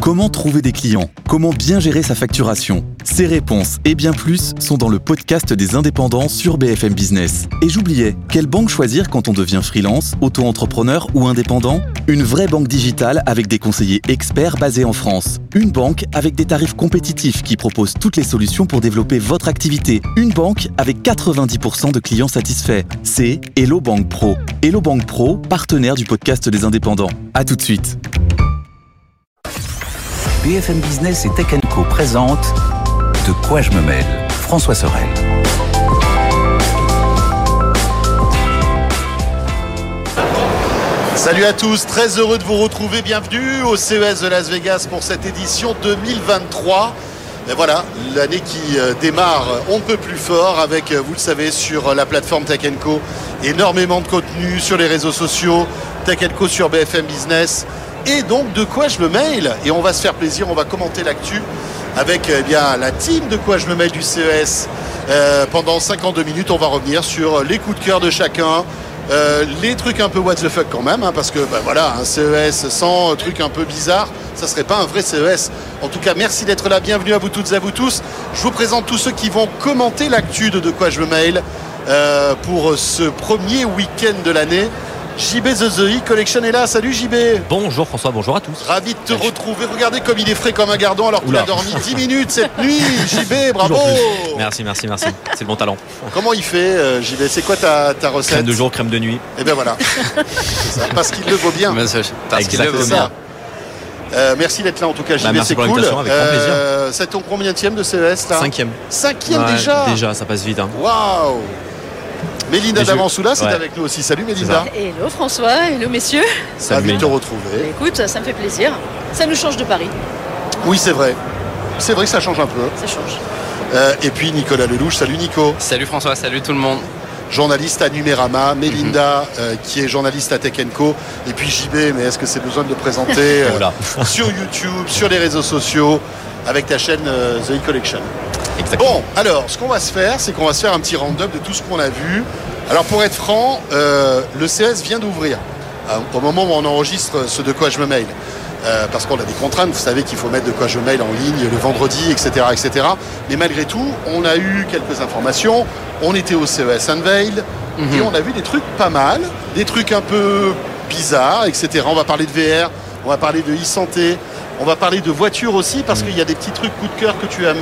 Comment trouver des clients? Comment bien gérer sa facturation? Ces réponses et bien plus sont dans le podcast des indépendants sur BFM Business. Et j'oubliais, quelle banque choisir quand on devient freelance, auto-entrepreneur ou indépendant? Une vraie banque digitale avec des conseillers experts basés en France. Une banque avec des tarifs compétitifs qui propose toutes les solutions pour développer votre activité. Une banque avec 90% de clients satisfaits. C'est Hello Bank Pro. Hello Bank Pro, partenaire du podcast des indépendants. À tout de suite. BFM Business et Tech & Co présente De quoi je me mêle, François Sorel. Salut à tous, très heureux de vous retrouver. Bienvenue au CES de Las Vegas pour cette édition 2023. Et voilà, l'année qui démarre, on ne peut plus fort avec, vous le savez, sur la plateforme Tech & Co, énormément de contenu sur les réseaux sociaux, Tech & Co sur BFM Business. Et donc, de quoi je me mail? Et on va se faire plaisir, on va commenter l'actu avec la team de quoi je me mail du CES. Pendant 52 minutes, on va revenir sur les coups de cœur de chacun, les trucs un peu what the fuck quand même, hein, parce que un CES sans trucs un peu bizarres, ça serait pas un vrai CES. En tout cas, merci d'être là, bienvenue à vous toutes et à vous tous. Je vous présente tous ceux qui vont commenter l'actu de quoi je me mail pour ce premier week-end de l'année. JB The Collection est là, salut JB. Bonjour François, bonjour à tous. Ravi de te retrouver, regardez comme il est frais comme un gardon alors qu'il a dormi 10 minutes cette nuit. JB, bravo. Merci, c'est le bon talent. Comment il fait JB, c'est quoi ta recette? Crème de jour, crème de nuit. Et bien voilà, c'est ça, parce qu'il le vaut bien. Parce qu'il le vaut bien. Merci d'être là en tout cas JB, merci c'est pour cool. l'invitation, avec grand plaisir. C'est ton combienième de CES là? Cinquième déjà? Déjà, ça passe vite. Waouh. Mélinda Davansoula, c'est avec nous aussi. Salut Mélinda. Hello François, hello messieurs. Ravi de te retrouver. Écoute, ça me fait plaisir. Ça nous change de Paris. Oui, c'est vrai. C'est vrai que ça change un peu. Ça change. Et puis Nicolas Lelouch. Salut Nico. Salut François, salut tout le monde. Journaliste à Numérama. Mélinda, qui est journaliste à Tech & Co. Et puis JB, mais est-ce que c'est besoin de le présenter sur YouTube, sur les réseaux sociaux, avec ta chaîne The Collection. Exactement. Bon, alors, ce qu'on va se faire, c'est qu'on va se faire un petit round-up de tout ce qu'on a vu. Alors, pour être franc, le CES vient d'ouvrir au moment où on enregistre ce De quoi je me mail. Parce qu'on a des contraintes, vous savez qu'il faut mettre De quoi je me mail en ligne le vendredi, etc., etc. Mais malgré tout, on a eu quelques informations. On était au CES Unveil et on a vu des trucs pas mal, des trucs un peu bizarres, etc. On va parler de VR, on va parler de e-santé. On va parler de voitures aussi parce qu'il y a des petits trucs coup de cœur que tu as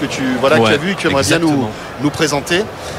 vu et que tu aimerais bien nous présenter.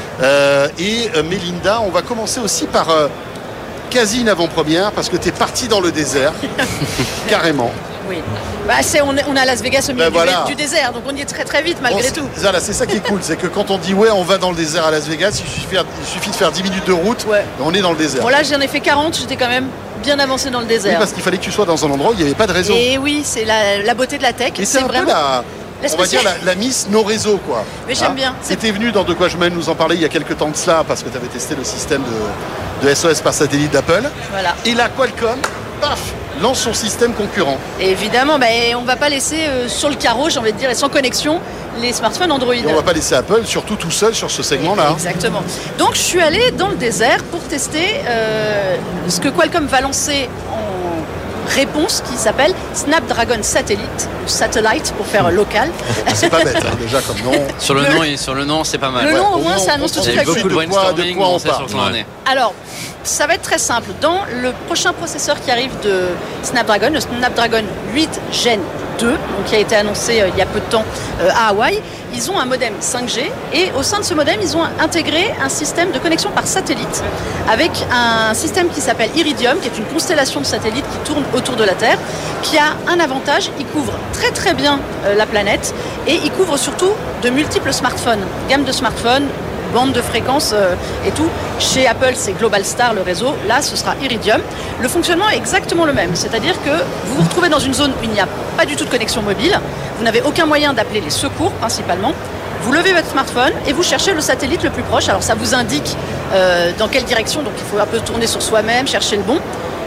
Et Mélinda, on va commencer aussi par quasi une avant-première parce que tu es parti dans le désert, carrément. Oui. On est à Las Vegas au milieu du désert, donc on y est très très vite malgré tout. Voilà, c'est ça qui est cool, c'est que quand on dit on va dans le désert à Las Vegas, il suffit de faire 10 minutes de route, on est dans le désert. Bon là j'en ai fait 40, j'étais quand même bien avancé dans le désert. Oui, parce qu'il fallait que tu sois dans un endroit où il n'y avait pas de réseau. Et oui, c'est la beauté de la tech. Et c'est vraiment on va dire la Miss No Réseau quoi. Mais j'aime bien. C'était venu dans De quoi je me nous en parler il y a quelques temps de cela parce que tu avais testé le système de SOS par satellite d'Apple. Voilà. Et là Qualcomm, paf, lance son système concurrent. Et évidemment, on ne va pas laisser sur le carreau, j'ai envie de dire, et sans connexion, les smartphones Android. Et on ne va pas laisser Apple, surtout tout seul sur ce segment-là. Exactement. Donc je suis allée dans le désert pour tester ce que Qualcomm va lancer en réponse qui s'appelle Snapdragon Satellite pour faire local. C'est pas bête déjà comme nom. Sur le nom, c'est pas mal. Le nom au moins ça annonce tout de suite beaucoup de brainstorming, on sait sur quoi on est. Alors, ça va être très simple. Dans le prochain processeur qui arrive de Snapdragon, le Snapdragon 8 Gen 2, donc qui a été annoncé il y a peu de temps à Hawaï, ils ont un modem 5G et au sein de ce modem, ils ont intégré un système de connexion par satellite avec un système qui s'appelle Iridium, qui est une constellation de satellites qui tourne autour de la Terre, qui a un avantage, il couvre très très bien la planète et il couvre surtout de multiples smartphones, gamme de smartphones, bande de fréquences et tout. Chez Apple, c'est Globalstar le réseau. Là, ce sera Iridium. Le fonctionnement est exactement le même. C'est-à-dire que vous vous retrouvez dans une zone où il n'y a pas du tout de connexion mobile. Vous n'avez aucun moyen d'appeler les secours, principalement. Vous levez votre smartphone et vous cherchez le satellite le plus proche. Alors, ça vous indique dans quelle direction. Donc, il faut un peu tourner sur soi-même, chercher le bon.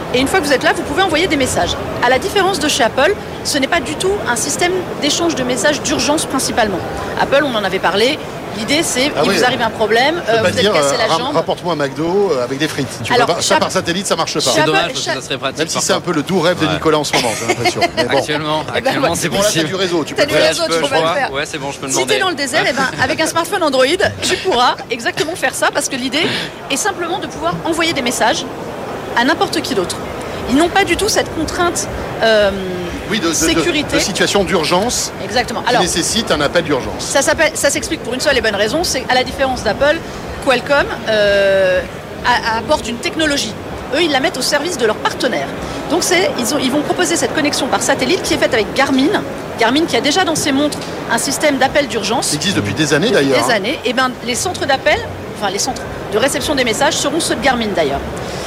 Et une fois que vous êtes là, vous pouvez envoyer des messages. À la différence de chez Apple, ce n'est pas du tout un système d'échange de messages d'urgence principalement. Apple, on en avait parlé. L'idée, c'est vous arrive un problème, vous êtes cassé la jambe. Rapporte-moi un McDo avec des frites. Ça par satellite, ça marche pas. C'est dommage parce que ça serait pratique. Même si c'est un peu le doux rêve de Nicolas en ce moment, j'ai l'impression. Actuellement, c'est bon. Là, t'as du réseau. Tu peux le faire. le faire. Ouais, c'est bon, je peux demander. Si t'es dans le désert, avec un smartphone Android, tu pourras exactement faire ça parce que l'idée est simplement de pouvoir envoyer des messages à n'importe qui d'autre. Ils n'ont pas du tout cette contrainte sécurité. De situation d'urgence. Exactement. Qui nécessite un appel d'urgence. Ça s'explique pour une seule et bonne raison, c'est à la différence d'Apple, Qualcomm apporte une technologie. Eux, ils la mettent au service de leurs partenaires. Donc ils vont proposer cette connexion par satellite qui est faite avec Garmin. Garmin qui a déjà dans ses montres un système d'appel d'urgence. Ça existe depuis des années d'ailleurs. Des années. Et les centres d'appel, les centres de réception des messages seront ceux de Garmin d'ailleurs.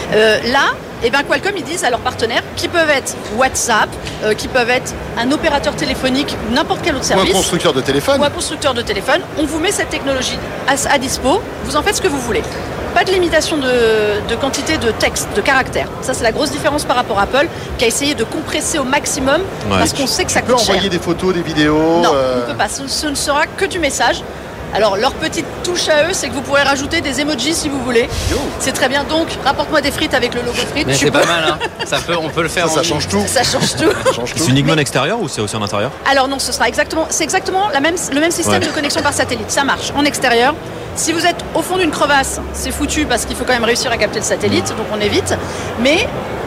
Qualcomm, ils disent à leurs partenaires, qui peuvent être WhatsApp, qui peuvent être un opérateur téléphonique ou n'importe quel autre service. Ou un constructeur de téléphone. On vous met cette technologie à dispo, vous en faites ce que vous voulez. Pas de limitation de quantité de texte, de caractères. Ça, c'est la grosse différence par rapport à Apple, qui a essayé de compresser au maximum, parce qu'on sait que ça coûte cher. On peut envoyer des photos, des vidéos. Non, on ne peut pas. Ce ne sera que du message. Alors, leur petite touche à eux, c'est que vous pourrez rajouter des emojis si vous voulez. C'est très bien. Donc, rapporte-moi des frites avec le logo frites. Mais c'est pas mal, hein. On peut le faire. Ça change tout. Ça change tout. C'est uniquement en extérieur ou c'est aussi en intérieur? Alors non, c'est exactement le même système de connexion par satellite. Ça marche en extérieur. Si vous êtes au fond d'une crevasse, c'est foutu parce qu'il faut quand même réussir à capter le satellite, donc on évite. Mais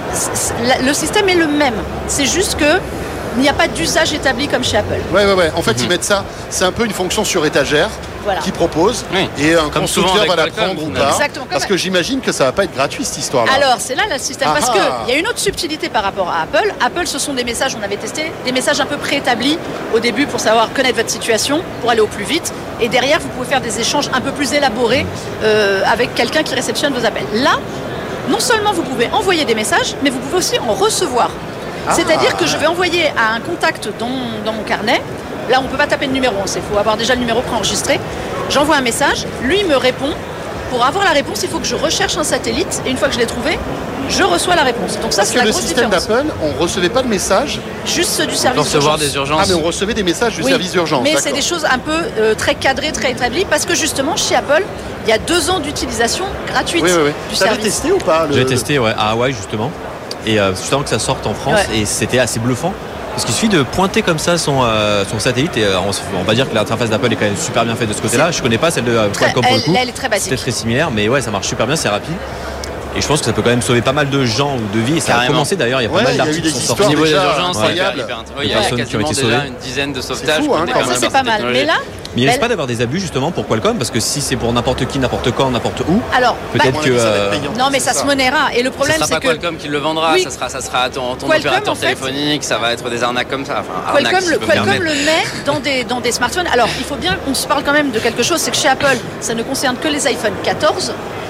le système est le même. C'est juste que il n'y a pas d'usage établi comme chez Apple. Ouais. En fait, ils mettent ça. C'est un peu une fonction sur étagère. Qui propose et un constructeur va la prendre ou pas. Exactement, parce que j'imagine que ça va pas être gratuit cette histoire-là. Alors c'est là le système parce qu'il y a une autre subtilité par rapport à Apple. Apple, ce sont des messages, on avait testé, des messages un peu préétablis au début pour savoir connaître votre situation, pour aller au plus vite. Et derrière, vous pouvez faire des échanges un peu plus élaborés avec quelqu'un qui réceptionne vos appels. Là, non seulement vous pouvez envoyer des messages, mais vous pouvez aussi en recevoir. C'est-à-dire que je vais envoyer à un contact dans mon carnet. Là, on ne peut pas taper de numéro, il faut avoir déjà le numéro préenregistré. J'envoie un message, lui me répond. Pour avoir la réponse, il faut que je recherche un satellite. Et une fois que je l'ai trouvé, je reçois la réponse. Donc ça, c'est la grosse différence. Parce que le système d'Apple, on ne recevait pas de messages. Juste ceux du service d'urgence. Recevoir des urgences. Mais on recevait des messages du service d'urgence. Mais c'est des choses un peu très cadrées, très établies. Parce que justement, chez Apple, il y a 2 ans d'utilisation gratuite du service. Tu l'avais testé ou pas J'ai testé à Hawaï justement. Et juste avant que ça sorte en France. Et c'était assez bluffant. Parce qu'il suffit de pointer comme ça son satellite et on va dire que l'interface d'Apple est quand même super bien faite de ce côté-là. Je connais pas celle de Qualcomm pour le coup. Elle est très basique. C'est très similaire, mais ça marche super bien, c'est rapide. Et je pense que ça peut quand même sauver pas mal de gens ou de vies. Et ça a commencé d'ailleurs, il y a pas mal d'articles qui sont sortis. Au niveau des urgences, il y a quasiment déjà une dizaine de sauvetages. Ça c'est pas mal. Mais là. Mais il risque pas d'avoir des abus justement pour Qualcomm parce que si c'est pour n'importe qui, n'importe quand, n'importe où, alors peut-être que non mais ça se monnaiera et le problème c'est que ça sera pas Qualcomm qui le vendra, ça sera ton opérateur téléphonique, ça va être des arnaques comme ça. Qualcomm le met dans des smartphones. Alors il faut bien qu'on se parle quand même de quelque chose, c'est que chez Apple ça ne concerne que les iPhone 14.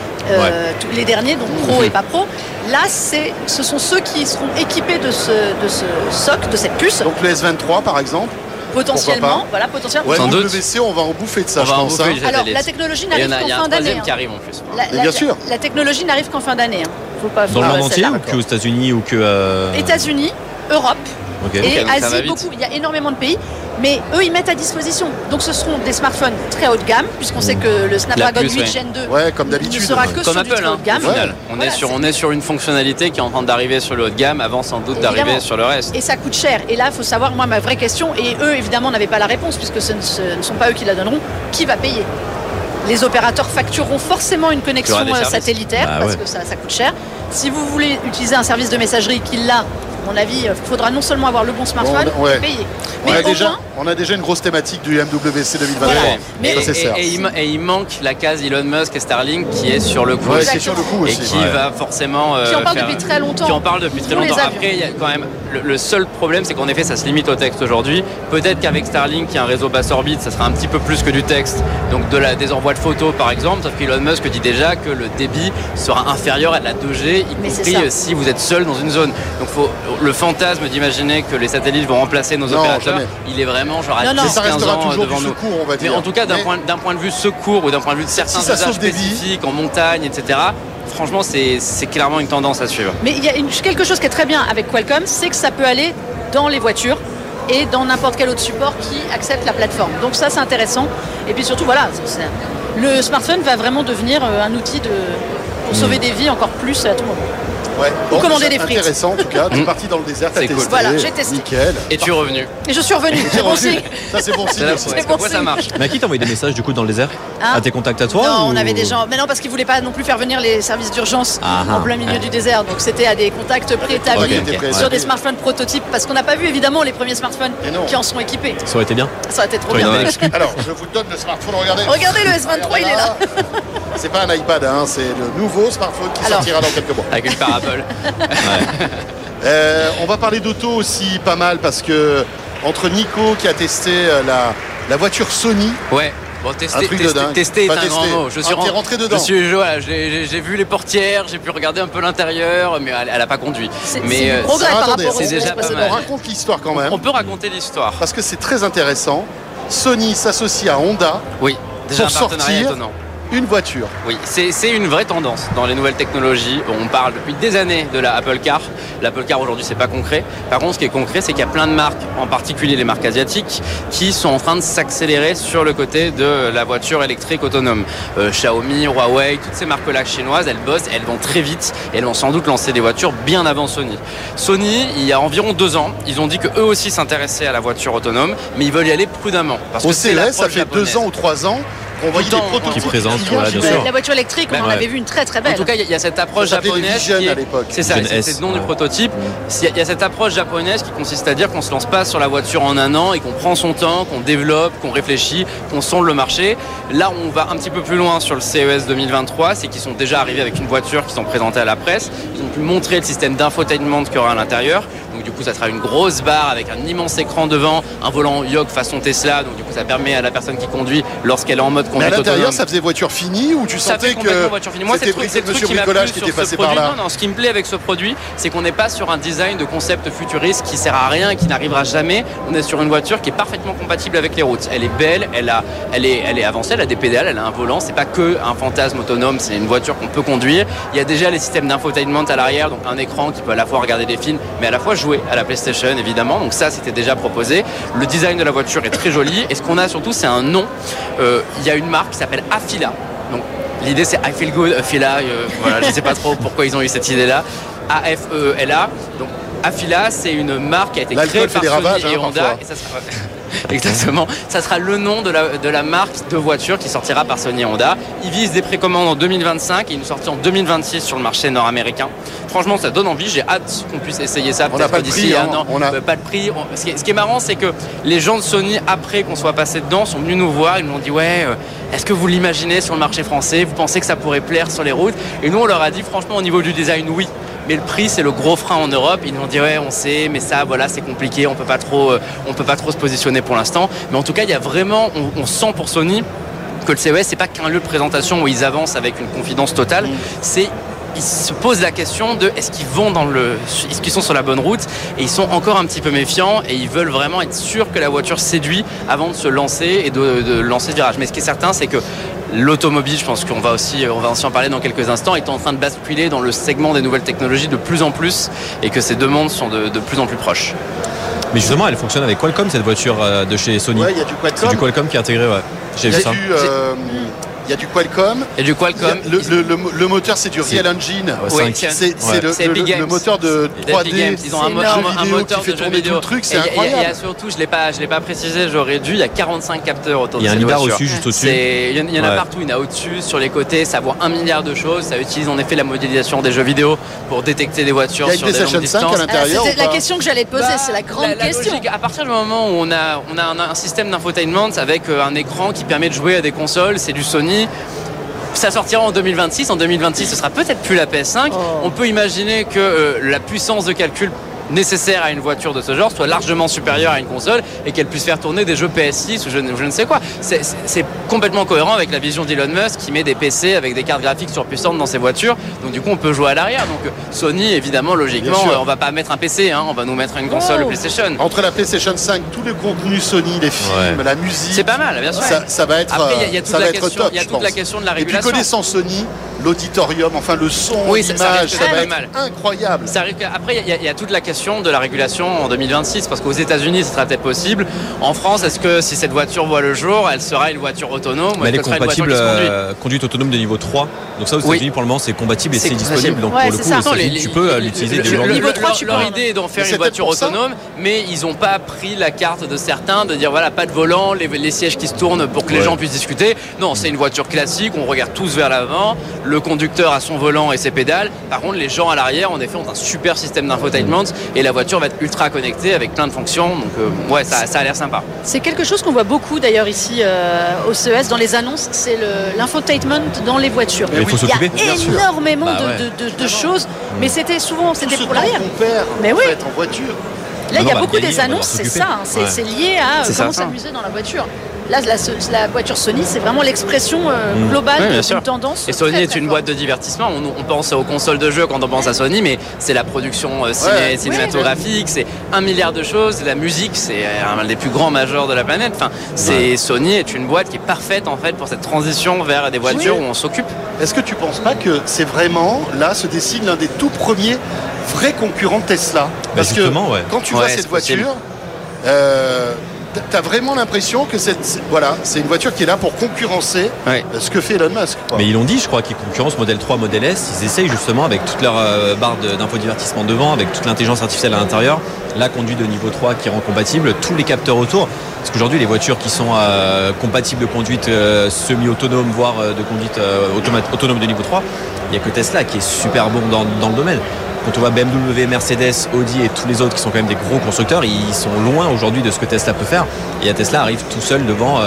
Tous les derniers, donc Pro et pas Pro. Là, ce sont ceux qui seront équipés de ce SoC, de cette puce. Donc le S23 par exemple. Potentiellement. Sans doute. WC, on va en bouffer de ça, je pense. Alors, la technologie n'arrive qu'en fin d'année. Il y a un 3e qui arrive en plus. Bien sûr. La technologie n'arrive qu'en fin d'année. Dans le monde entier ou qu'aux États-Unis ou que. États-Unis, Europe. Et Asie, beaucoup. Il y a énormément de pays. Mais eux, ils mettent à disposition. Donc, ce seront des smartphones très haut de gamme, puisqu'on sait que le Snapdragon 8 Gen 2 comme d'habitude, ne sera que sur du très haut de gamme. On est sur une fonctionnalité qui est en train d'arriver sur le haut de gamme avant sans doute d'arriver sur le reste. Et ça coûte cher. Et là, il faut savoir, moi, ma vraie question, et eux, évidemment, n'avaient pas la réponse, puisque ce ne sont pas eux qui la donneront, qui va payer? Les opérateurs factureront forcément une connexion satellitaire, parce que ça coûte cher. Si vous voulez utiliser un service de messagerie qui l'a, à mon avis, il faudra non seulement avoir le bon smartphone, mais payer. On a déjà une grosse thématique du MWC 2023. Et il manque la case Elon Musk et Starlink qui est sur le coup. Et qui va forcément. Qui en parle depuis très longtemps. Après, il y a quand même. Le seul problème, c'est qu'en effet, ça se limite au texte aujourd'hui. Peut-être qu'avec Starlink, qui est un réseau basse orbite, ça sera un petit peu plus que du texte. Donc des envois de photos, par exemple. Sauf qu'Elon Musk dit déjà que le débit sera inférieur à de la 2G, y compris si vous êtes seul dans une zone. Donc le fantasme d'imaginer que les satellites vont remplacer nos opérateurs, jamais. il est vraiment genre à Non, 10-15 ans devant nous. Secours, on va dire. Mais en tout cas, d'un point de vue secours ou d'un point de vue de certains ça usages sauve des vies. spécifiques en montagne, etc., franchement, c'est clairement une tendance à suivre. Mais il y a quelque chose qui est très bien avec Qualcomm, c'est que ça peut aller dans les voitures et dans n'importe quel autre support qui accepte la plateforme. Donc ça, c'est intéressant. Et puis surtout, voilà, le smartphone va vraiment devenir un outil pour sauver des vies encore plus à tout moment. Ouais. Ou commander des frites. Intéressant en tout cas. Tu es parti dans le désert, t'as C'est testé. cool. Voilà, j'ai testé. Nickel. Et tu es revenu. Et je suis revenu, c'est bon signe. Ça c'est bon signe aussi. C'est bon Pourquoi ça signe. marche? Mais à qui t'a envoyé des messages du coup dans le désert? Hein? À tes contacts à toi? Non, ou... on avait des gens. Mais non, parce qu'ils voulaient pas non plus faire venir les services d'urgence en plein milieu du désert. Donc c'était à des contacts préétablis Ok. sur des smartphones prototypes. Parce qu'on n'a pas vu évidemment les premiers smartphones Et non. qui en sont équipés. Ça aurait été bien. Ça aurait été trop Ouais, bien. ouais. Alors, je vous donne le smartphone, regardez. Regardez le S23, il est là. C'est pas un iPad, hein, c'est le nouveau smartphone qui Alors. sortira dans quelques mois. Avec une parabole. On va parler d'auto aussi pas mal parce que entre Nico qui a testé la voiture Sony, Ouais. Bon, un truc de dingue. tester est Pas un grand testé. mot. T'es rentré dedans. Voilà, j'ai vu les portières, j'ai pu regarder un peu l'intérieur, mais elle a pas conduit. C'est Mais du progrès alors, par attendez, rapport au c'est déjà pas précédent. mal. on raconte l'histoire quand même On peut raconter l'histoire. parce que c'est très intéressant. Sony s'associe à Honda Oui, déjà pour un partenariat sortir étonnant. une voiture. Oui, c'est une vraie tendance dans les nouvelles technologies. On parle depuis des années de la Apple Car. L'Apple Car aujourd'hui, c'est pas concret. Par contre, ce qui est concret, c'est qu'il y a plein de marques, en particulier les marques asiatiques, qui sont en train de s'accélérer sur le côté de la voiture électrique autonome. Xiaomi, Huawei, toutes ces marques-là chinoises, elles bossent, elles vont très vite et elles vont sans doute lancer des voitures bien avant Sony. Sony, il y a environ 2 ans, ils ont dit qu'eux aussi s'intéressaient à la voiture autonome, mais ils veulent y aller prudemment. Parce Au que c'est CES, ça l'approche fait japonaise. 2 ans ou 3 ans qu'on voyait des Tout le temps, prototypes qui présentent, viennent voilà, chez bien sûr. La voiture électrique, on en Ouais. avait vu une très très belle. En tout cas, il y a cette approche Ça s'appelait les japonaise. Vision qui est- à l'époque. C'est ça, Vision c'est S, le nom du ouais. prototype. Il y a cette approche japonaise qui consiste à dire qu'on se lance pas sur la voiture en un an et qu'on prend son temps, qu'on développe, qu'on réfléchit, qu'on sonde le marché. Là, on va un petit peu plus loin sur le CES 2023, c'est qu'ils sont déjà arrivés avec une voiture qui sont présentées à la presse. Ils ont pu montrer le système d'infotainment qu'il y aura à l'intérieur. Donc du coup, ça sera une grosse barre avec un immense écran devant, un volant Yoke façon Tesla. Donc du coup, ça permet à la personne qui conduit, lorsqu'elle est en mode Mais à conduite l'intérieur, autonome. ça faisait voiture finie ou tu Ça sentais fait complètement que voiture finie. Moi, c'est c'était le truc Monsieur qui m'a Bricolage plu qui était sur ce passé par produit. là? Non, ce qui me plaît avec ce produit, c'est qu'on n'est pas sur un design de concept futuriste qui sert à rien et qui n'arrivera jamais. On est sur une voiture qui est parfaitement compatible avec les routes. Elle est belle, elle est avancée, elle a des pédales, elle a un volant. C'est pas que un fantasme autonome, c'est une voiture qu'on peut conduire. Il y a déjà les systèmes d'infotainment à l'arrière, donc un écran qui peut à la fois regarder des films, mais à la fois jouer à la PlayStation évidemment. Donc ça, c'était déjà proposé. Le design de la voiture est très joli. Et ce qu'on a surtout, c'est un nom. Il y a une marque qui s'appelle Afila. Donc l'idée, c'est I feel good, Afila. Voilà, je ne sais pas trop pourquoi ils ont eu cette idée-là. AFELA. Donc Afila, c'est une marque qui a été L'alcool créée fait par des Sony ravages, et hein, Honda. parfois. Et ça sera... Exactement. Ça sera le nom de la marque de voiture qui sortira par Sony et Honda. Ils visent des précommandes en 2025 et une sortie en 2026 sur le marché nord-américain. Franchement, ça donne envie. J'ai hâte qu'on puisse essayer ça. On n'a peut-être pas le d'ici prix, hein. un an. On a- Pas de prix. Ce qui est marrant, c'est que les gens de Sony, après qu'on soit passé dedans, sont venus nous voir. Ils nous ont dit ouais, est-ce que vous l'imaginez sur le marché français? Vous pensez que ça pourrait plaire sur les routes? Et nous, on leur a dit franchement, au niveau du design, oui. Mais le prix, c'est le gros frein en Europe. Ils nous ont dit ouais, on sait, mais ça, voilà, c'est compliqué. On peut pas trop se positionner pour l'instant. Mais en tout cas, il y a vraiment, on sent pour Sony que le CES, c'est pas qu'un lieu de présentation où ils avancent avec une confidence totale. Ils se posent la question de est-ce qu'ils sont sur la bonne route, et ils sont encore un petit peu méfiants et ils veulent vraiment être sûrs que la voiture séduit avant de se lancer et de lancer le virage. Mais ce qui est certain, c'est que l'automobile, je pense qu'on va aussi en parler dans quelques instants, est en train de basculer dans le segment des nouvelles technologies de plus en plus et que ces deux mondes sont de plus en plus proches. Mais justement, elle fonctionne avec Qualcomm, cette voiture de chez Sony. Ouais, il y a du Qualcomm. C'est du Qualcomm qui est intégré, ouais. J'ai Il y vu a ça. il y a du Qualcomm. Et du Qualcomm. Le moteur, c'est du Real Engine. Oui, C'est c'est Epic Games. le moteur de D'Epic 3D. Games. Ils ont un vidéo moteur qui fait de jeu tourner vidéo. tout le truc, c'est Et il y a incroyable. surtout, je l'ai pas précisé, j'aurais dû, il y a 45 capteurs autour de Il y a un cette lidar voiture. au-dessus, juste au-dessus. Il y en a Ouais. partout, il y en a au-dessus, sur les côtés, ça voit 1 milliard de choses. Ça utilise en effet la modélisation des jeux vidéo pour détecter des voitures Il y a une sur des longues PlayStation 5 à distances. l'intérieur. C'était ou la pas question que j'allais te poser, c'est la grande question. Logique, à partir du moment où on a un système d'infotainment avec un écran qui permet de jouer à des consoles, c'est du Sony. Ça sortira en 2026. En 2026, ce sera peut-être plus la PS5. Oh. On peut imaginer que la puissance de calcul nécessaire à une voiture de ce genre soit largement supérieure à une console et qu'elle puisse faire tourner des jeux PS6 ou je ne sais quoi. C'est complètement cohérent avec la vision d'Elon Musk qui met des PC avec des cartes graphiques surpuissantes dans ses voitures. Donc du coup, on peut jouer à l'arrière. Donc Sony, évidemment, logiquement, on va pas mettre un PC, on va nous mettre une console PlayStation. Entre la PlayStation 5, tous les contenus Sony, les films, la musique, c'est pas mal, bien sûr. Ça va être, après, il y a toute la question, top. Il y a toute la question de la régulation. Et puis connaissant Sony, l'auditorium, enfin le son, l'image, ça va être incroyable. Après, il y a toute la question de la régulation en 2026, parce qu'aux États-Unis, ce sera peut-être possible. En France, est-ce que si cette voiture voit le jour, elle sera une voiture autonome? Mais elle est compatible conduite autonome de niveau 3. Donc ça, aux États-Unis, pour le moment, c'est compatible et c'est disponible. Donc pour le coup, tu peux l'utiliser dès aujourd'hui. Leur idée est d'en faire une voiture autonome, mais ils n'ont pas pris la carte de certains, de dire voilà, pas de volant, les sièges qui se tournent pour que les gens puissent discuter. Non, c'est une voiture classique, on regarde tous vers l'avant, le conducteur a son volant et ses pédales. Par contre, les gens à l'arrière, en effet, ont un super système d'infotainment et la voiture va être ultra connectée avec plein de fonctions. Donc ça a l'air sympa. C'est quelque chose qu'on voit beaucoup d'ailleurs ici au CES dans les annonces, c'est l'infotainment dans les voitures. Il faut s'occuper. Il y a énormément de choses, mais c'était pour l'arrière. Mais oui, en voiture. Là, il y a beaucoup des annonces, c'est ça, c'est lié à comment s'amuser dans la voiture. Là, la voiture Sony, c'est vraiment l'expression globale d'une tendance. Et Sony est une boîte de divertissement. On pense aux consoles de jeux quand on pense à Sony, mais c'est la production cinématographique, c'est 1 milliard de choses. La musique, c'est un des plus grands majors de la planète. Enfin, Sony est une boîte qui est parfaite en fait pour cette transition vers des voitures où on s'occupe. Est-ce que tu penses pas que c'est vraiment là se dessine l'un des tout premiers vrais concurrents de Tesla? Parce que quand tu vois cette voiture, t'as vraiment l'impression que c'est une voiture qui est là pour concurrencer ce que fait Elon Musk. Mais ils l'ont dit, je crois qu'ils concurrencent Model 3, Model S. Ils essayent justement avec toute leur barre d'infodivertissement devant, avec toute l'intelligence artificielle à l'intérieur, la conduite de niveau 3 qui rend compatible tous les capteurs autour. Parce qu'aujourd'hui, les voitures qui sont compatibles de conduite semi-autonome, voire de conduite autonome de niveau 3, il n'y a que Tesla qui est super bon dans le domaine. Quand on voit BMW, Mercedes, Audi et tous les autres qui sont quand même des gros constructeurs, ils sont loin aujourd'hui de ce que Tesla peut faire. Et Tesla arrive tout seul devant,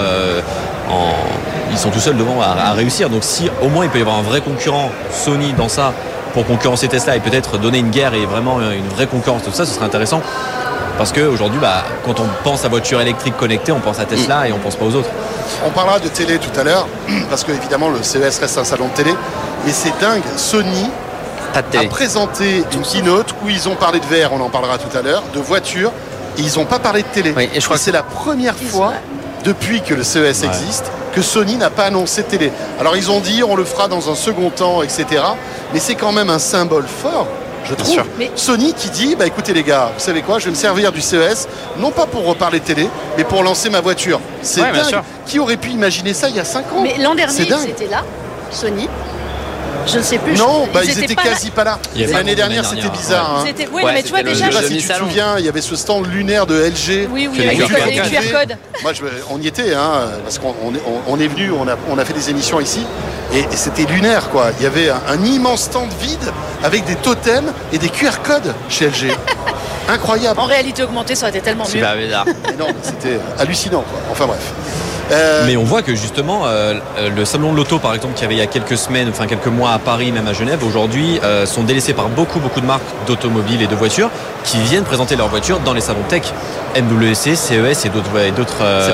ils sont tout seuls devant à réussir. Donc si au moins il peut y avoir un vrai concurrent Sony dans ça pour concurrencer Tesla et peut-être donner une guerre et vraiment une vraie concurrence, tout ça, ce serait intéressant. Parce qu'aujourd'hui, quand on pense à voiture électrique connectée, on pense à Tesla et on pense pas aux autres. On parlera de télé tout à l'heure, parce que évidemment le CES reste un salon de télé. Et c'est dingue, Sony a présenté une keynote où ils ont parlé de VR, on en parlera tout à l'heure, de voitures, et ils n'ont pas parlé de télé. Oui, et je crois que c'est la première fois depuis que le CES existe que Sony n'a pas annoncé de télé. Alors ils ont dit on le fera dans un second temps, etc. Mais c'est quand même un symbole fort, je trouve. Sony qui dit écoutez les gars, vous savez quoi, je vais me servir du CES, non pas pour reparler de télé, mais pour lancer ma voiture. C'est dingue. Qui aurait pu imaginer ça il y a 5 ans? Mais l'an dernier, ils étaient là, Sony. Je ne sais plus. Non, ils étaient quasi pas là. L'année dernière, c'était bizarre. Mais tu vois déjà. Je sais pas si tu te souviens, il y avait ce stand lunaire de LG. Oui, avec les QR codes. Moi, on y était, parce qu'on est venu, on a fait des émissions ici, et c'était lunaire, quoi. Il y avait un immense stand vide avec des totems et des QR codes chez LG. Incroyable. En réalité augmentée, ça aurait été tellement mieux. Super bizarre. Mais non, c'était hallucinant, quoi. Enfin bref. Mais on voit que justement le salon de l'auto par exemple qu'il y avait il y a quelques semaines, enfin quelques mois à Paris, même à Genève, aujourd'hui sont délaissés par beaucoup de marques d'automobiles et de voitures qui viennent présenter leurs voitures dans les salons tech, MWC, CES et d'autres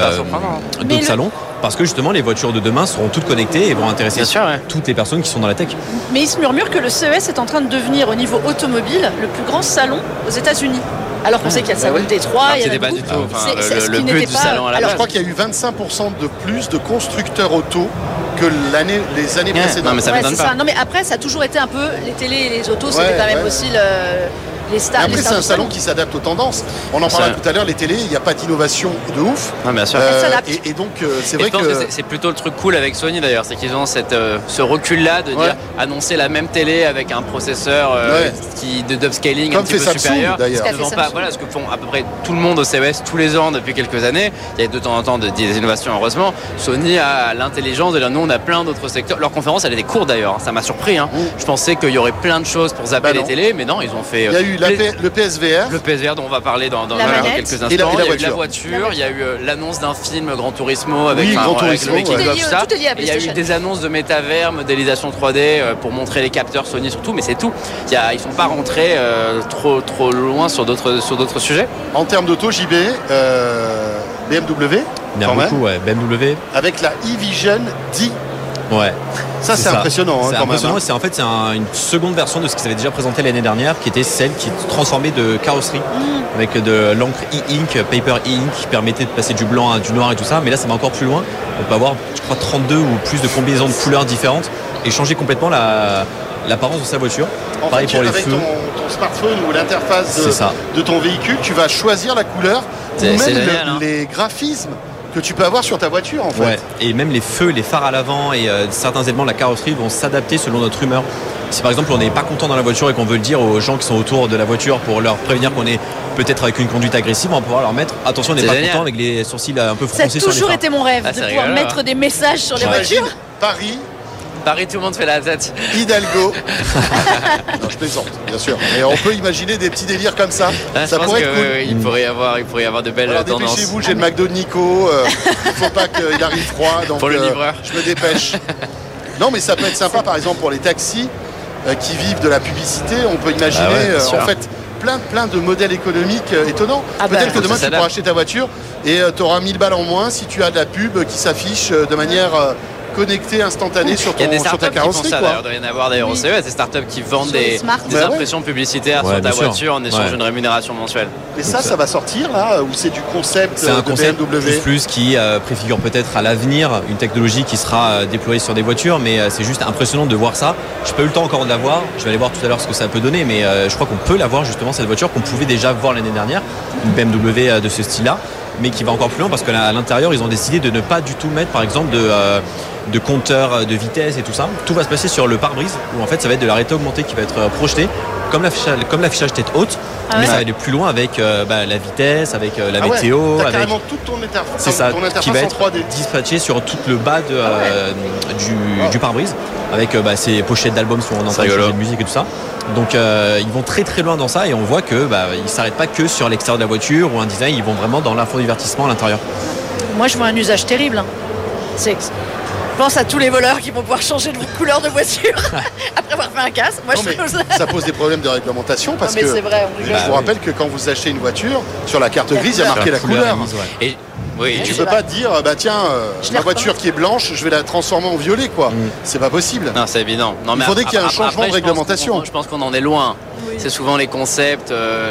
salons, parce que justement les voitures de demain seront toutes connectées et vont intéresser toutes les personnes qui sont dans la tech. Mais il se murmure que le CES est en train de devenir au niveau automobile le plus grand salon aux États-Unis. Alors qu'on sait qu'il y a le salon de Détroit, il y a pas du tout le but du salon à la base. Je crois qu'il y a eu 25% de plus de constructeurs auto que les années précédentes. Non, mais ça m'étonne pas. Non, mais après, ça a toujours été un peu les télés et les autos, c'était quand même aussi les stars. Après, c'est un salon qui s'adapte aux tendances. On en parlait tout à l'heure, les télés, il n'y a pas d'innovation de ouf. Non, bien sûr. Et donc, c'est vrai que c'est plutôt le truc cool avec Sony d'ailleurs, c'est qu'ils ont ce recul-là de dire annoncer la même télé avec un processeur d'upscaling un petit peu supérieur. Ce que font à peu près tout le monde au CES tous les ans depuis quelques années. Il y a de temps en temps des innovations, heureusement. Sony a l'intelligence de dire nous, on a plein d'autres secteurs. Leur conférence, elle était courte d'ailleurs, ça m'a surpris. Je pensais qu'il y aurait plein de choses pour zapper les télés, mais non, ils ont fait eu le PSVR. Le PSVR dont on va parler dans quelques instants. Et la il y a eu la voiture, il y a eu l'annonce d'un film Gran Turismo avec Turismo, le making of ça. Tout est lié à Il y a eu des annonces de métavers, modélisation 3D pour montrer les capteurs Sony surtout, mais c'est tout. Ils sont pas rentrés trop loin sur d'autres sujets. En termes d'auto, JB, BMW. Il y en a beaucoup, ouais. BMW. Avec la e-Vision D. Ouais. Ça, c'est impressionnant. C'est impressionnant. C'est une seconde version de ce qu'ils avaient déjà présenté l'année dernière, qui était celle qui transformait de carrosserie avec de l'encre e-ink, paper e-ink, qui permettait de passer du blanc à du noir et tout ça. Mais là, ça va encore plus loin. On peut avoir, je crois, 32 ou plus de combinaisons de couleurs différentes et changer complètement l'apparence de sa voiture. Pareil pour les feux. Avec ton smartphone ou l'interface de ton véhicule, tu vas choisir la couleur ou même les graphismes que tu peux avoir sur ta voiture en fait. Ouais. Et même les feux, les phares à l'avant et certains éléments de la carrosserie vont s'adapter selon notre humeur. Si par exemple on n'est pas content dans la voiture et qu'on veut le dire aux gens qui sont autour de la voiture pour leur prévenir qu'on est peut-être avec une conduite agressive, on va pouvoir leur mettre attention, on n'est pas content, avec les sourcils un peu froncés sur les phares. Ça a toujours été mon rêve de pouvoir mettre des messages sur les voitures. Paris, tout le monde fait la tête. Hidalgo. Non, je plaisante, bien sûr. Et on peut imaginer des petits délires comme ça. Ça pourrait être cool. Il pourrait y avoir de belles tendances. Dépêchez-vous, j'ai le McDo de Nico. Il ne faut pas qu'il arrive froid. Donc, pour le livreur. Je me dépêche. Non, mais ça peut être sympa, par exemple, pour les taxis qui vivent de la publicité. On peut imaginer, en fait, plein de modèles économiques étonnants. Peut-être que demain, tu pourras acheter ta voiture et tu auras 1000 balles en moins si tu as de la pub qui s'affiche de manière connecté instantané sur ta carrosserie. Il doit y en avoir d'ailleurs au CES, des startups qui vendent des impressions publicitaires sur ta voiture en échange d'une rémunération mensuelle. Et ça va sortir là, ou c'est du concept de BMW plus qui préfigure peut-être à l'avenir une technologie qui sera déployée sur des voitures, mais c'est juste impressionnant de voir ça. Je n'ai pas eu le temps encore de la voir, je vais aller voir tout à l'heure ce que ça peut donner, mais je crois qu'on peut la voir justement, cette voiture qu'on pouvait déjà voir l'année dernière, une BMW de ce style-là, mais qui va encore plus loin parce qu'à l'intérieur ils ont décidé de ne pas du tout mettre par exemple de compteur de vitesse et tout ça. Tout va se passer sur le pare-brise où en fait ça va être de la réalité augmentée qui va être projetée comme l'affichage tête haute, mais ça va aller plus loin avec la vitesse, avec la météo, avec carrément toute ton interface qui va être en 3D dispatché sur tout le bas du pare-brise avec ces pochettes d'albums où on entend de musique et tout ça. Donc ils vont très très loin dans ça et on voit que ils s'arrêtent pas que sur l'extérieur de la voiture ou un design, ils vont vraiment dans l'infodivertissement à l'intérieur. Moi je vois un usage terrible. Je pense à tous les voleurs qui vont pouvoir changer de couleur de voiture après avoir fait un casse. Moi, ça pose des problèmes de réglementation parce que c'est vrai, je vous rappelle que quand vous achetez une voiture, sur la carte grise, il y a marqué la couleur. Et tu peux pas dire la voiture qui est blanche, je vais la transformer en violet quoi. C'est pas possible. Non, c'est évident. Il faudrait qu'il y ait un changement de réglementation. Je pense qu'on en est loin. C'est souvent les concepts,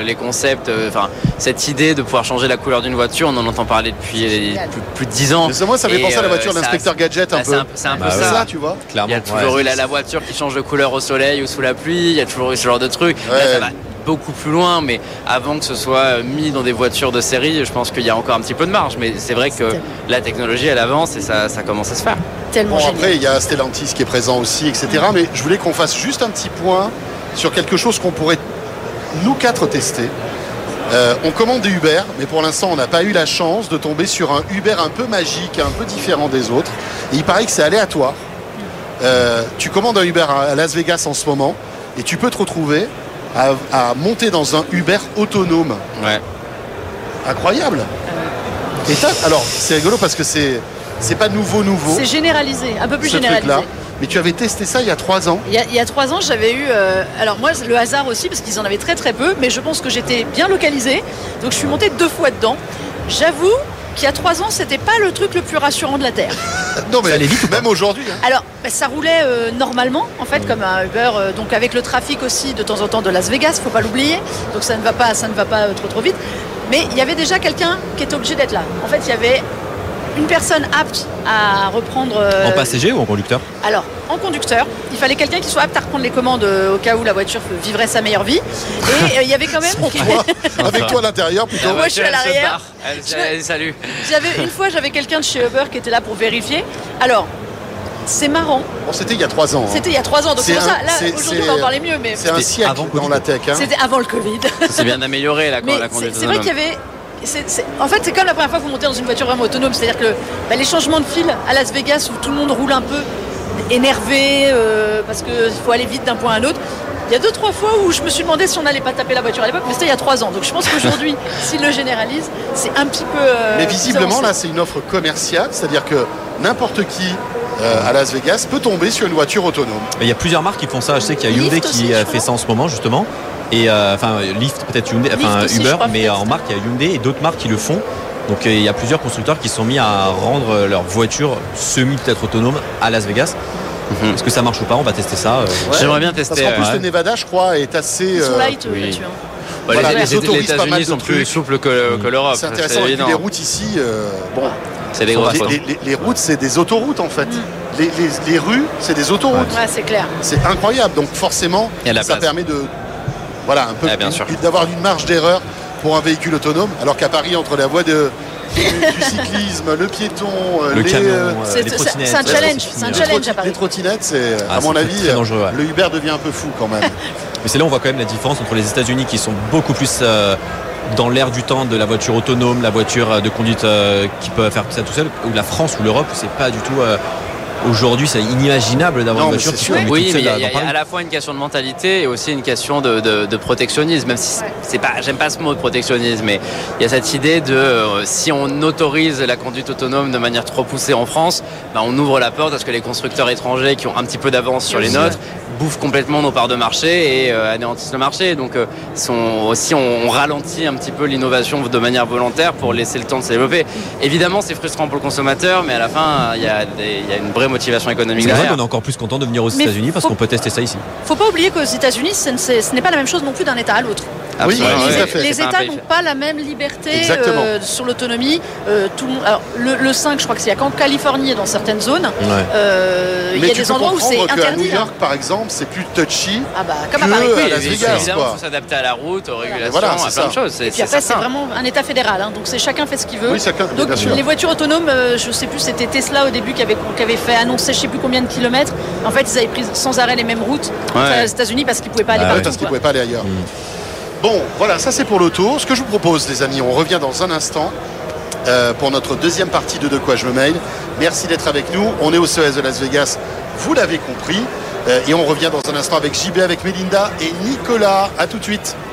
cette idée de pouvoir changer la couleur d'une voiture, on en entend parler depuis plus de 10 ans. Mais moi, ça fait penser à la voiture d'inspecteur Gadget un peu. C'est un peu ça, tu vois. Clairement. Il y a toujours eu la voiture qui change de couleur au soleil ou sous la pluie, il y a toujours eu ce genre de truc. Là, ça va beaucoup plus loin, mais avant que ce soit mis dans des voitures de série, je pense qu'il y a encore un petit peu de marge. Mais c'est vrai que la technologie, elle avance et ça commence à se faire. Tellement génial. Après, il y a Stellantis qui est présent aussi, etc. Mais je voulais qu'on fasse juste un petit point sur quelque chose qu'on pourrait nous 4 tester. On commande des Uber, mais pour l'instant on n'a pas eu la chance de tomber sur un Uber un peu magique, un peu différent des autres. Et il paraît que c'est aléatoire. Tu commandes un Uber à Las Vegas en ce moment et tu peux te retrouver à monter dans un Uber autonome. Ouais. Incroyable. Et alors c'est rigolo parce que c'est pas nouveau. C'est généralisé, un peu plus généralisé. Mais tu avais testé ça il y a 3 ans. Il y a 3 ans, j'avais eu... alors moi, le hasard aussi, parce qu'ils en avaient très très peu, mais je pense que j'étais bien localisée. Donc je suis montée 2 fois dedans. J'avoue qu'il y a 3 ans, c'était pas le truc le plus rassurant de la Terre. Non mais même aujourd'hui. Alors, ça roulait normalement, en fait, comme un Uber. Donc avec le trafic aussi, de temps en temps, de Las Vegas, faut pas l'oublier. Donc ça ne va pas trop vite. Mais il y avait déjà quelqu'un qui était obligé d'être là. En fait, il y avait une personne apte à reprendre... En passager ou en conducteur ? Alors, en conducteur, il fallait quelqu'un qui soit apte à reprendre les commandes au cas où la voiture vivrait sa meilleure vie. Et il y avait quand même... Avec toi à l'intérieur plutôt. Moi, je suis à l'arrière. Salut. Une fois, j'avais quelqu'un de chez Uber qui était là pour vérifier. Alors, c'est marrant. Bon, c'était il y a 3 ans. C'était il y a 3 ans, donc c'est pour ça. Là, aujourd'hui, on va en parler mieux. Mais c'est un siècle dans la tech. C'était avant le Covid. C'est bien amélioré la conduite. C'est vrai qu'il y avait... En fait, c'est comme la première fois que vous montez dans une voiture vraiment autonome. C'est-à-dire que les changements de fil à Las Vegas où tout le monde roule un peu énervé parce qu'il faut aller vite d'un point à l'autre, Il y a 2-3 fois où je me suis demandé si on n'allait pas taper la voiture à l'époque, mais c'était il y a 3 ans. Donc je pense qu'aujourd'hui, s'ils le généralisent, c'est un petit peu. Mais visiblement, là, c'est une offre commerciale, c'est-à-dire que n'importe qui à Las Vegas peut tomber sur une voiture autonome. Il y a plusieurs marques qui font ça. Je sais qu'il y a Hyundai qui fait ça en ce moment, justement. Et Lyft, peut-être Hyundai, aussi, Uber, mais en marque, il y a Hyundai et d'autres marques qui le font. Donc il y a plusieurs constructeurs qui se sont mis à rendre leur voiture peut-être autonome à Las Vegas. Est-ce que ça marche ou pas? On va tester ça. J'aimerais bien tester. Parce qu'en plus, le Nevada, je crois, est assez. Ils sont light, oui. là-dessus. Voilà, les États-Unis sont plus souples que l'Europe. C'est intéressant. Et puis les routes ici, c'est des grosses routes. Les routes, c'est des autoroutes en fait. Les rues, c'est des autoroutes. Ouais, c'est clair. C'est incroyable. Donc forcément, ça permet d'avoir une marge d'erreur pour un véhicule autonome. Alors qu'à Paris, entre la voie du cyclisme, le piéton, le camion, les trottinettes. C'est un challenge. C'est un challenge à Paris. Les trottinettes, c'est à mon avis, le Uber devient un peu fou quand même. Mais c'est là où on voit quand même la différence entre les États-Unis qui sont beaucoup plus dans l'air du temps de la voiture autonome, la voiture de conduite qui peut faire ça tout seul, ou la France ou l'Europe où c'est pas du tout. Aujourd'hui, c'est inimaginable d'avoir une voiture qui conduit oui, toute mais seule. il y a à la fois une question de mentalité et aussi une question de protectionnisme. Même si c'est pas, j'aime pas ce mot de protectionnisme, mais il y a cette idée de si on autorise la conduite autonome de manière trop poussée en France, on ouvre la porte à ce que les constructeurs étrangers qui ont un petit peu d'avance sur les nôtres bouffent complètement nos parts de marché et anéantissent le marché. Donc on ralentit un petit peu l'innovation de manière volontaire pour laisser le temps de se développer. Évidemment, c'est frustrant pour le consommateur, mais à la fin, il y a une vraie motivation économique C'est vrai derrière. qu'on est encore plus content de venir aux États-Unis parce qu'on peut tester ça ici. Faut pas oublier qu'aux États-Unis, ce n'est pas la même chose non plus d'un État à l'autre. Oui, tout à fait. Les États n'ont pas la même liberté sur l'autonomie. Alors, le 5, je crois que c'est qu'en Californie et dans certaines zones. Il y a des endroits où c'est interdit. À New York, par exemple, c'est plus touchy. Comme à Paris. À Las Vegas, évidemment, il faut s'adapter à la route, aux régulations, à plein de choses. Et puis après, c'est vraiment un État fédéral. Donc chacun fait ce qu'il veut. Oui, chacun, donc bien sûr. Les voitures autonomes, je sais plus, c'était Tesla au début qui avait fait annoncer je sais plus combien de kilomètres. En fait, ils avaient pris sans arrêt les mêmes routes aux États-Unis parce qu'ils pouvaient pas aller partout. Parce qu'ils pouvaient pas aller ailleurs. Bon, voilà, ça c'est pour l'auto. Ce que je vous propose, les amis, on revient dans un instant pour notre deuxième partie de quoi je me mail. Merci d'être avec nous. On est au CES de Las Vegas, vous l'avez compris. Et on revient dans un instant avec JB, avec Mélinda et Nicolas. À tout de suite.